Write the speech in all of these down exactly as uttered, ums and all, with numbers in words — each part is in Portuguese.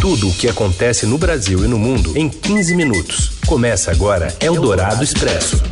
Tudo o que acontece no Brasil e no mundo em quinze minutos. Começa agora Eldorado Expresso.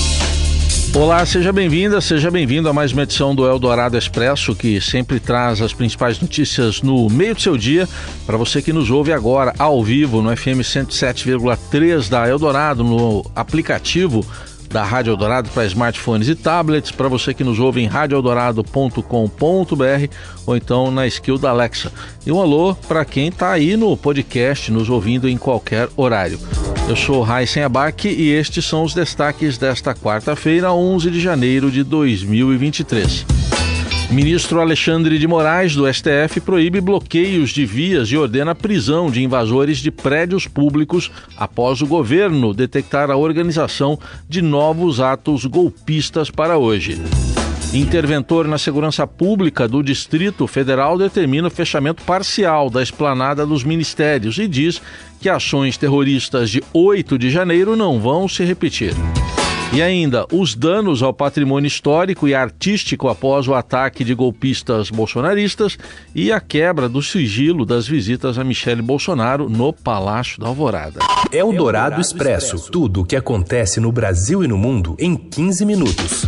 Olá, seja bem-vinda, seja bem-vindo a mais uma edição do Eldorado Expresso, que sempre traz as principais notícias no meio do seu dia, para você que nos ouve agora ao vivo no F M cento e sete vírgula três da Eldorado, no aplicativo da Rádio Eldorado para smartphones e tablets, para você que nos ouve em rádio eldorado ponto com ponto b r ou então na skill da Alexa. E um alô para quem está aí no podcast, nos ouvindo em qualquer horário. Eu sou Raíssen Abac e estes são os destaques desta quarta-feira, onze de janeiro de dois mil e vinte e três. Ministro Alexandre de Moraes, do S T F, proíbe bloqueios de vias e ordena a prisão de invasores de prédios públicos após o governo detectar a organização de novos atos golpistas para hoje. Interventor na segurança pública do Distrito Federal determina o fechamento parcial da esplanada dos ministérios e diz que ações terroristas de oito de janeiro não vão se repetir. E ainda, os danos ao patrimônio histórico e artístico após o ataque de golpistas bolsonaristas e a quebra do sigilo das visitas a Michele Bolsonaro no Palácio da Alvorada. Eldorado Expresso. Tudo o que acontece no Brasil e no mundo em quinze minutos.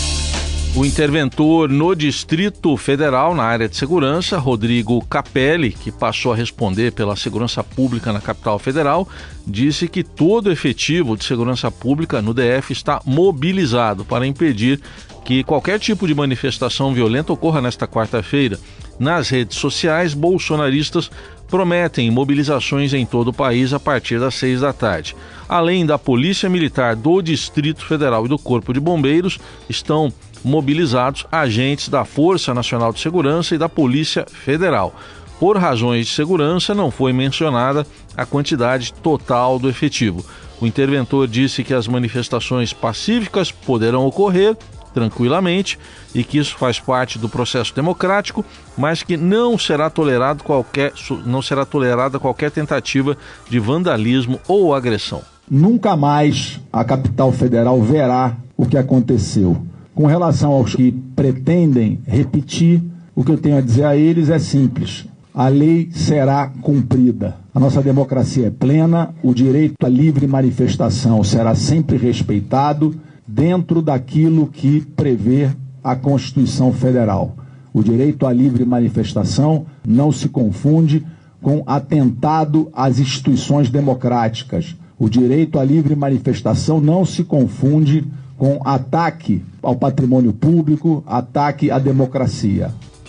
O interventor no Distrito Federal, na área de segurança, Rodrigo Capelli, que passou a responder pela segurança pública na capital federal, disse que todo o efetivo de segurança pública no D F está mobilizado para impedir que qualquer tipo de manifestação violenta ocorra nesta quarta-feira. Nas redes sociais, bolsonaristas prometem mobilizações em todo o país a partir das seis da tarde. Além da Polícia Militar do Distrito Federal e do Corpo de Bombeiros, estão mobilizados agentes da Força Nacional de Segurança e da Polícia Federal. Por razões de segurança, não foi mencionada a quantidade total do efetivo. O interventor disse que as manifestações pacíficas poderão ocorrer tranquilamente e que isso faz parte do processo democrático, mas que não será tolerado qualquer, não será tolerada qualquer tentativa de vandalismo ou agressão. Nunca mais a capital federal verá o que aconteceu. Com relação aos que pretendem repetir, o que eu tenho a dizer a eles é simples: a lei será cumprida. A nossa democracia é plena, o direito à livre manifestação será sempre respeitado dentro daquilo que prevê a Constituição Federal. O direito à livre manifestação não se confunde com atentado às instituições democráticas. O direito à livre manifestação não se confunde com ataque ao patrimônio público, ataque à democracia.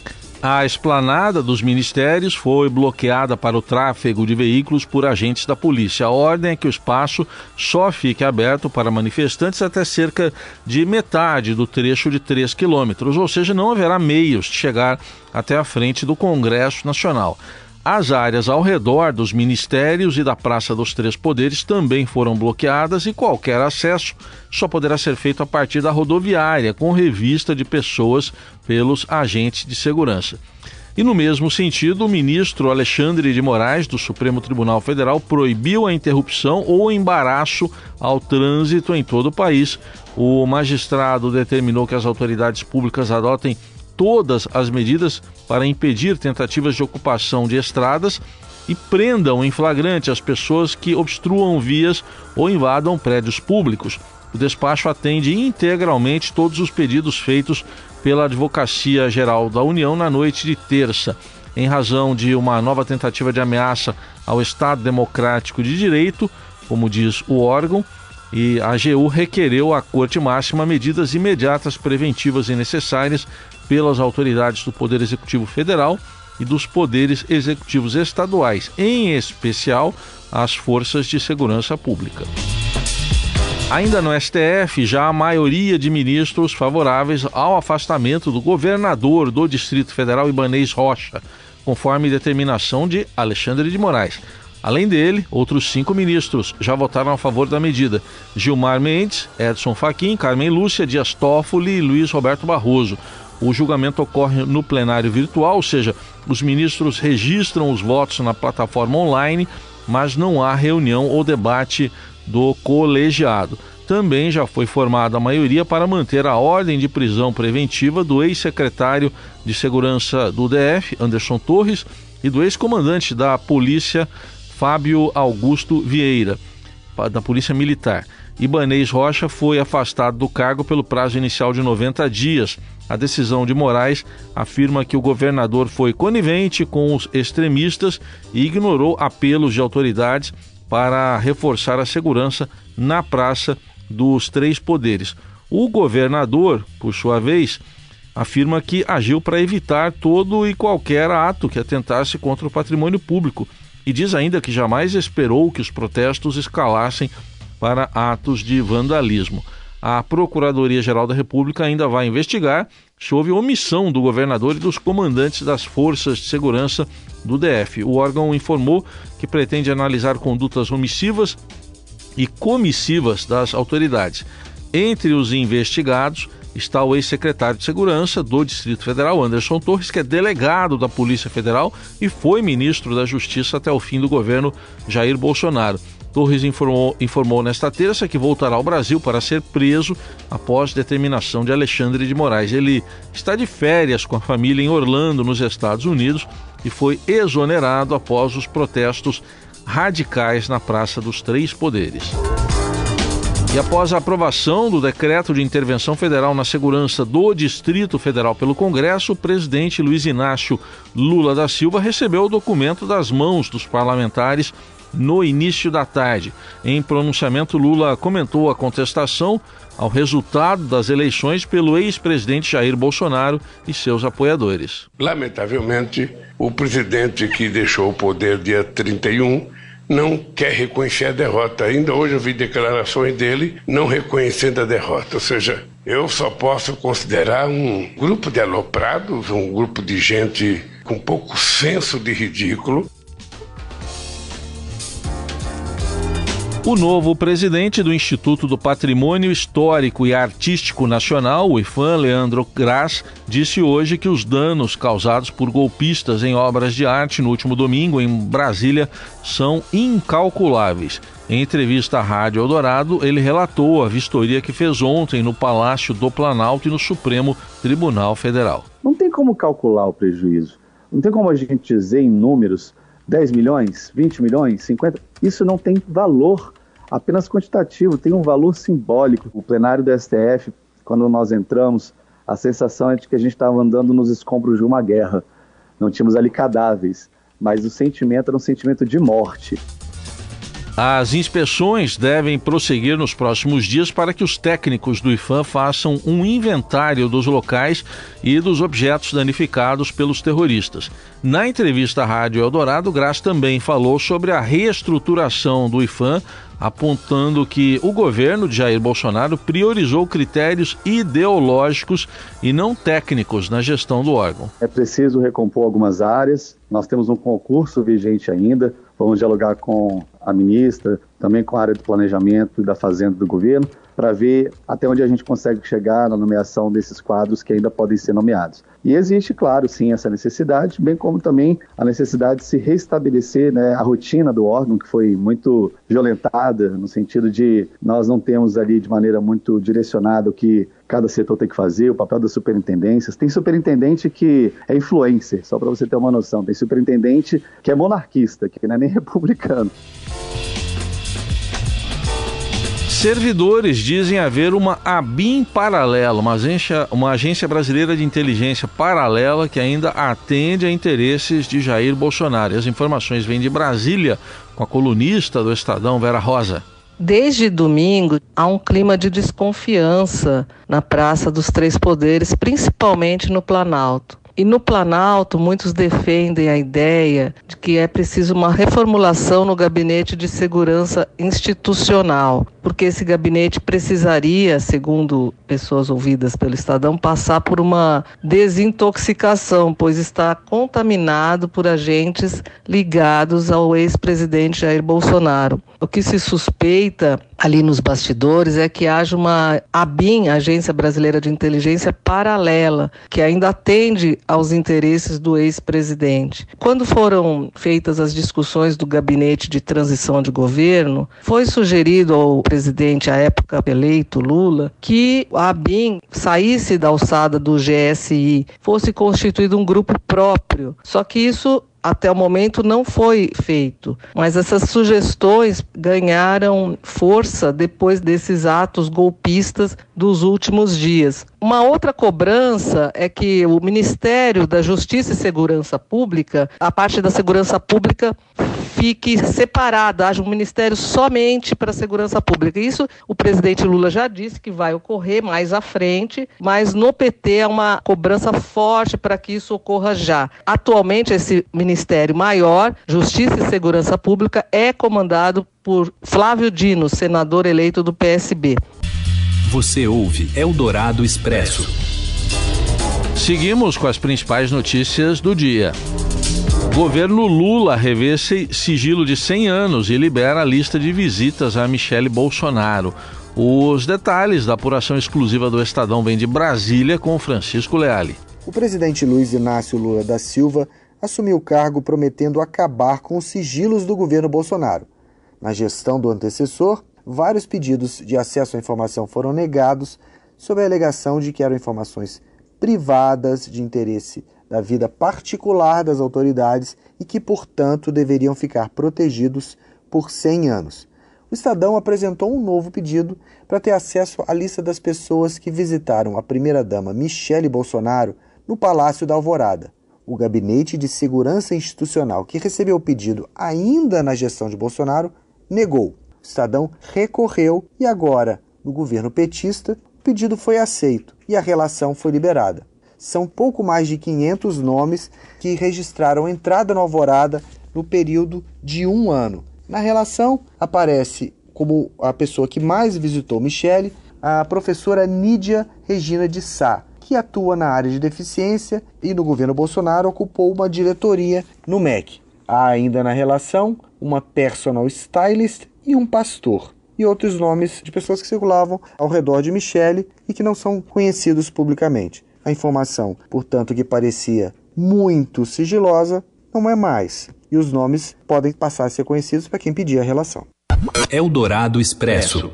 A esplanada dos ministérios foi bloqueada para o tráfego de veículos por agentes da polícia. A ordem é que o espaço só fique aberto para manifestantes até cerca de metade do trecho de três quilômetros, ou seja, não haverá meios de chegar até a frente do Congresso Nacional. As áreas ao redor dos ministérios e da Praça dos Três Poderes também foram bloqueadas e qualquer acesso só poderá ser feito a partir da rodoviária, com revista de pessoas pelos agentes de segurança. E no mesmo sentido, o ministro Alexandre de Moraes, do Supremo Tribunal Federal, proibiu a interrupção ou embaraço ao trânsito em todo o país. O magistrado determinou que as autoridades públicas adotem todas as medidas para impedir tentativas de ocupação de estradas e prendam em flagrante as pessoas que obstruam vias ou invadam prédios públicos. O despacho atende integralmente todos os pedidos feitos pela Advocacia Geral da União na noite de terça, em razão de uma nova tentativa de ameaça ao Estado Democrático de Direito, como diz o órgão, e a AGU requereu à Corte Máxima medidas imediatas, preventivas e necessárias pelas autoridades do Poder Executivo Federal e dos poderes executivos estaduais, em especial as forças de segurança pública. Ainda no S T F, já a maioria de ministros favoráveis ao afastamento do governador do Distrito Federal, Ibanez Rocha, conforme determinação de Alexandre de Moraes. Além dele, outros cinco ministros já votaram a favor da medida: Gilmar Mendes, Edson Fachin, Carmen Lúcia, Dias Toffoli e Luiz Roberto Barroso. O julgamento ocorre no plenário virtual, ou seja, os ministros registram os votos na plataforma online, mas não há reunião ou debate do colegiado. Também já foi formada a maioria para manter a ordem de prisão preventiva do ex-secretário de Segurança do D F, Anderson Torres, e do ex-comandante da Polícia, Fábio Augusto Vieira, da Polícia Militar. Ibanez Rocha foi afastado do cargo pelo prazo inicial de noventa dias. A decisão de Moraes afirma que o governador foi conivente com os extremistas e ignorou apelos de autoridades para reforçar a segurança na Praça dos Três Poderes. O governador, por sua vez, afirma que agiu para evitar todo e qualquer ato que atentasse contra o patrimônio público e diz ainda que jamais esperou que os protestos escalassem para atos de vandalismo. A Procuradoria-Geral da República ainda vai investigar se houve omissão do governador e dos comandantes das forças de segurança do D F. O órgão informou que pretende analisar condutas omissivas e comissivas das autoridades. Entre os investigados está o ex-secretário de Segurança do Distrito Federal, Anderson Torres, que é delegado da Polícia Federal e foi ministro da Justiça até o fim do governo Jair Bolsonaro. Torres informou, informou nesta terça que voltará ao Brasil para ser preso após determinação de Alexandre de Moraes. Ele está de férias com a família em Orlando, nos Estados Unidos, e foi exonerado após os protestos radicais na Praça dos Três Poderes. E após a aprovação do decreto de intervenção federal na segurança do Distrito Federal pelo Congresso, o presidente Luiz Inácio Lula da Silva recebeu o documento das mãos dos parlamentares no início da tarde. Em pronunciamento, Lula comentou a contestação ao resultado das eleições pelo ex-presidente Jair Bolsonaro e seus apoiadores. Lamentavelmente, o presidente que deixou o poder dia trinta e um não quer reconhecer a derrota. Ainda hoje eu vi declarações dele não reconhecendo a derrota. Ou seja, eu só posso considerar um grupo de aloprados, um grupo de gente com pouco senso de ridículo. O novo presidente do Instituto do Patrimônio Histórico e Artístico Nacional, o IPHAN, Leandro Graz, disse hoje que os danos causados por golpistas em obras de arte no último domingo em Brasília são incalculáveis. Em entrevista à Rádio Eldorado, ele relatou a vistoria que fez ontem no Palácio do Planalto e no Supremo Tribunal Federal. Não tem como calcular o prejuízo. Não tem como a gente dizer em números dez milhões, vinte milhões, cinquenta... Isso não tem valor apenas quantitativo, tem um valor simbólico. O plenário do S T F, quando nós entramos, a sensação é de que a gente estava andando nos escombros de uma guerra. Não tínhamos ali cadáveres, mas o sentimento era um sentimento de morte. As inspeções devem prosseguir nos próximos dias para que os técnicos do IPHAN façam um inventário dos locais e dos objetos danificados pelos terroristas. Na entrevista à Rádio Eldorado, Graz também falou sobre a reestruturação do IPHAN, apontando que o governo de Jair Bolsonaro priorizou critérios ideológicos e não técnicos na gestão do órgão. É preciso recompor algumas áreas, nós temos um concurso vigente ainda, vamos dialogar com a ministra, também com a área do planejamento e da fazenda do governo, para ver até onde a gente consegue chegar na nomeação desses quadros que ainda podem ser nomeados. E existe, claro, sim, essa necessidade, bem como também a necessidade de se restabelecer, né, a rotina do órgão, que foi muito violentada, no sentido de nós não temos ali de maneira muito direcionada o que cada setor tem que fazer, o papel das superintendências. Tem superintendente que é influencer, só para você ter uma noção. Tem superintendente que é monarquista, que não é nem republicano. Servidores dizem haver uma ABIN paralela, uma agência, uma agência brasileira de inteligência paralela que ainda atende a interesses de Jair Bolsonaro. As informações vêm de Brasília com a colunista do Estadão, Vera Rosa. Desde domingo, há um clima de desconfiança na Praça dos Três Poderes, principalmente no Planalto. E no Planalto, muitos defendem a ideia de que é preciso uma reformulação no Gabinete de Segurança Institucional, porque esse gabinete precisaria, segundo pessoas ouvidas pelo Estadão, passar por uma desintoxicação, pois está contaminado por agentes ligados ao ex-presidente Jair Bolsonaro. O que se suspeita ali nos bastidores é que haja uma ABIN, Agência Brasileira de Inteligência paralela, que ainda atende aos interesses do ex-presidente. Quando foram feitas as discussões do gabinete de transição de governo, foi sugerido ao presidente, à época eleito, Lula, que a ABIN saísse da alçada do G S I, fosse constituído um grupo próprio. Só que isso até o momento não foi feito, mas essas sugestões ganharam força depois desses atos golpistas dos últimos dias. Uma outra cobrança é que o Ministério da Justiça e Segurança Pública, a parte da segurança pública, fique separada, haja um ministério somente para a segurança pública. Isso o presidente Lula já disse que vai ocorrer mais à frente, mas no P T é uma cobrança forte para que isso ocorra já. Atualmente, esse ministério maior, Justiça e Segurança Pública, é comandado por Flávio Dino, senador eleito do P S B. Você ouve Eldorado Expresso. Seguimos com as principais notícias do dia. Governo Lula revê sigilo de cem anos e libera a lista de visitas a Michele Bolsonaro. Os detalhes da apuração exclusiva do Estadão vêm de Brasília com Francisco Leali. O presidente Luiz Inácio Lula da Silva assumiu o cargo prometendo acabar com os sigilos do governo Bolsonaro. Na gestão do antecessor, vários pedidos de acesso à informação foram negados sob a alegação de que eram informações privadas de interesse da vida particular das autoridades e que, portanto, deveriam ficar protegidos por cem anos. O Estadão apresentou um novo pedido para ter acesso à lista das pessoas que visitaram a primeira-dama Michele Bolsonaro no Palácio da Alvorada. O Gabinete de Segurança Institucional, que recebeu o pedido ainda na gestão de Bolsonaro, negou. O Estadão recorreu e agora, no governo petista, o pedido foi aceito e a relação foi liberada. São pouco mais de quinhentos nomes que registraram entrada na Alvorada no período de um ano. Na relação, aparece como a pessoa que mais visitou Michele, a professora Nídia Regina de Sá, que atua na área de deficiência e no governo Bolsonaro ocupou uma diretoria no M E C. Há ainda na relação uma personal stylist e um pastor, e outros nomes de pessoas que circulavam ao redor de Michele e que não são conhecidos publicamente. A informação, portanto, que parecia muito sigilosa, não é mais. E os nomes podem passar a ser conhecidos para quem pedir a relação. Eldorado Expresso.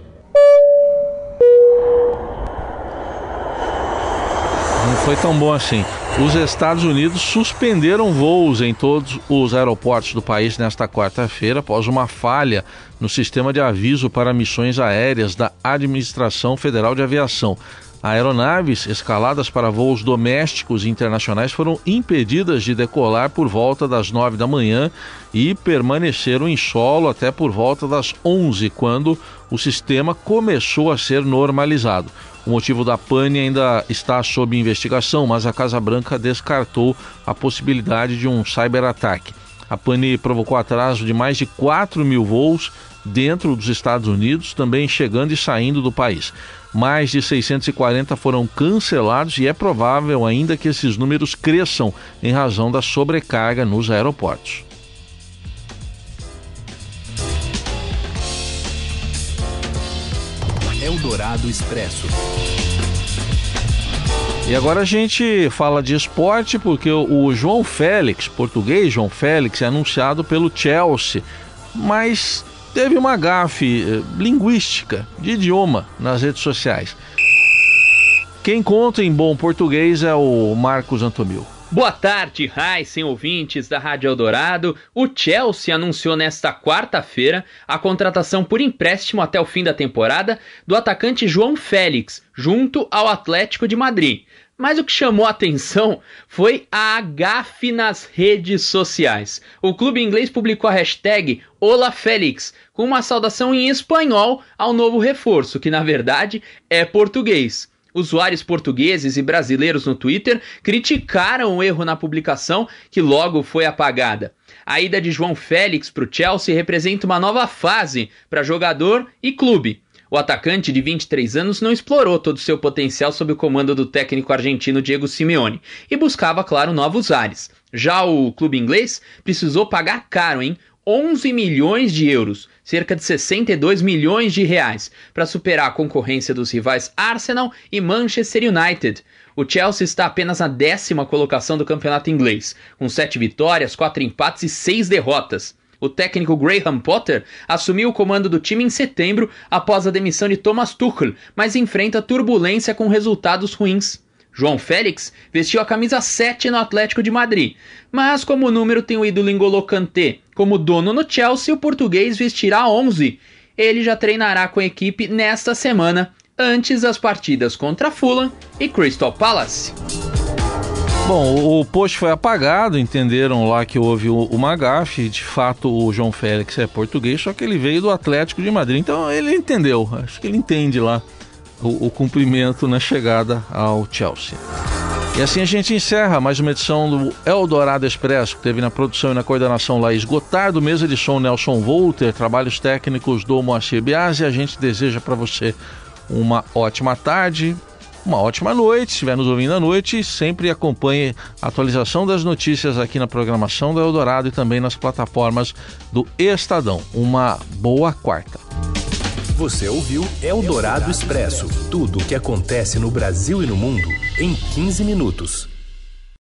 Não foi tão bom assim. Os Estados Unidos suspenderam voos em todos os aeroportos do país nesta quarta-feira após uma falha no sistema de aviso para missões aéreas da Administração Federal de Aviação. Aeronaves escaladas para voos domésticos e internacionais foram impedidas de decolar por volta das nove da manhã e permaneceram em solo até por volta das onze, quando o sistema começou a ser normalizado. O motivo da pane ainda está sob investigação, mas a Casa Branca descartou a possibilidade de um cyberataque. A pane provocou atraso de mais de quatro mil voos dentro dos Estados Unidos, também chegando e saindo do país. Mais de seiscentos e quarenta foram cancelados e é provável ainda que esses números cresçam em razão da sobrecarga nos aeroportos. Eldorado Expresso. E agora a gente fala de esporte porque o João Félix, português João Félix, é anunciado pelo Chelsea, mas teve uma gafe linguística, de idioma, nas redes sociais. Quem conta em bom português é o Marcos Antomil. Boa tarde, Raíssen, ouvintes da Rádio Eldorado. O Chelsea anunciou nesta quarta-feira a contratação por empréstimo até o fim da temporada do atacante João Félix, junto ao Atlético de Madrid. Mas o que chamou a atenção foi a gafe nas redes sociais. O clube inglês publicou a hashtag Olá Félix, com uma saudação em espanhol ao novo reforço, que na verdade é português. Usuários portugueses e brasileiros no Twitter criticaram o erro na publicação, que logo foi apagada. A ida de João Félix para o Chelsea representa uma nova fase para jogador e clube. O atacante de vinte e três anos não explorou todo o seu potencial sob o comando do técnico argentino Diego Simeone e buscava, claro, novos ares. Já o clube inglês precisou pagar caro, hein? onze milhões de euros, cerca de sessenta e dois milhões de reais, para superar a concorrência dos rivais Arsenal e Manchester United. O Chelsea está apenas na décima colocação do campeonato inglês, com sete vitórias, quatro empates e seis derrotas. O técnico Graham Potter assumiu o comando do time em setembro após a demissão de Thomas Tuchel, mas enfrenta turbulência com resultados ruins. João Félix vestiu a camisa sete no Atlético de Madrid, mas como o número tem o ídolo N'Golo Kanté como dono no Chelsea, o português vestirá onze. Ele já treinará com a equipe nesta semana, antes das partidas contra Fulham e Crystal Palace. Bom, o post foi apagado, entenderam lá que houve uma gafe, de fato o João Félix é português, só que ele veio do Atlético de Madrid, então ele entendeu, acho que ele entende lá o, o cumprimento na chegada ao Chelsea. E assim a gente encerra mais uma edição do Eldorado Expresso, que teve na produção e na coordenação Laís Gotardo, mesa de som Nelson Volter, trabalhos técnicos do Moacir Biasi. A gente deseja para você uma ótima tarde, uma ótima noite, se estiver nos ouvindo à noite, sempre acompanhe a atualização das notícias aqui na programação do Eldorado e também nas plataformas do Estadão. Uma boa quarta. Você ouviu Eldorado Expresso, tudo o que acontece no Brasil e no mundo em quinze minutos.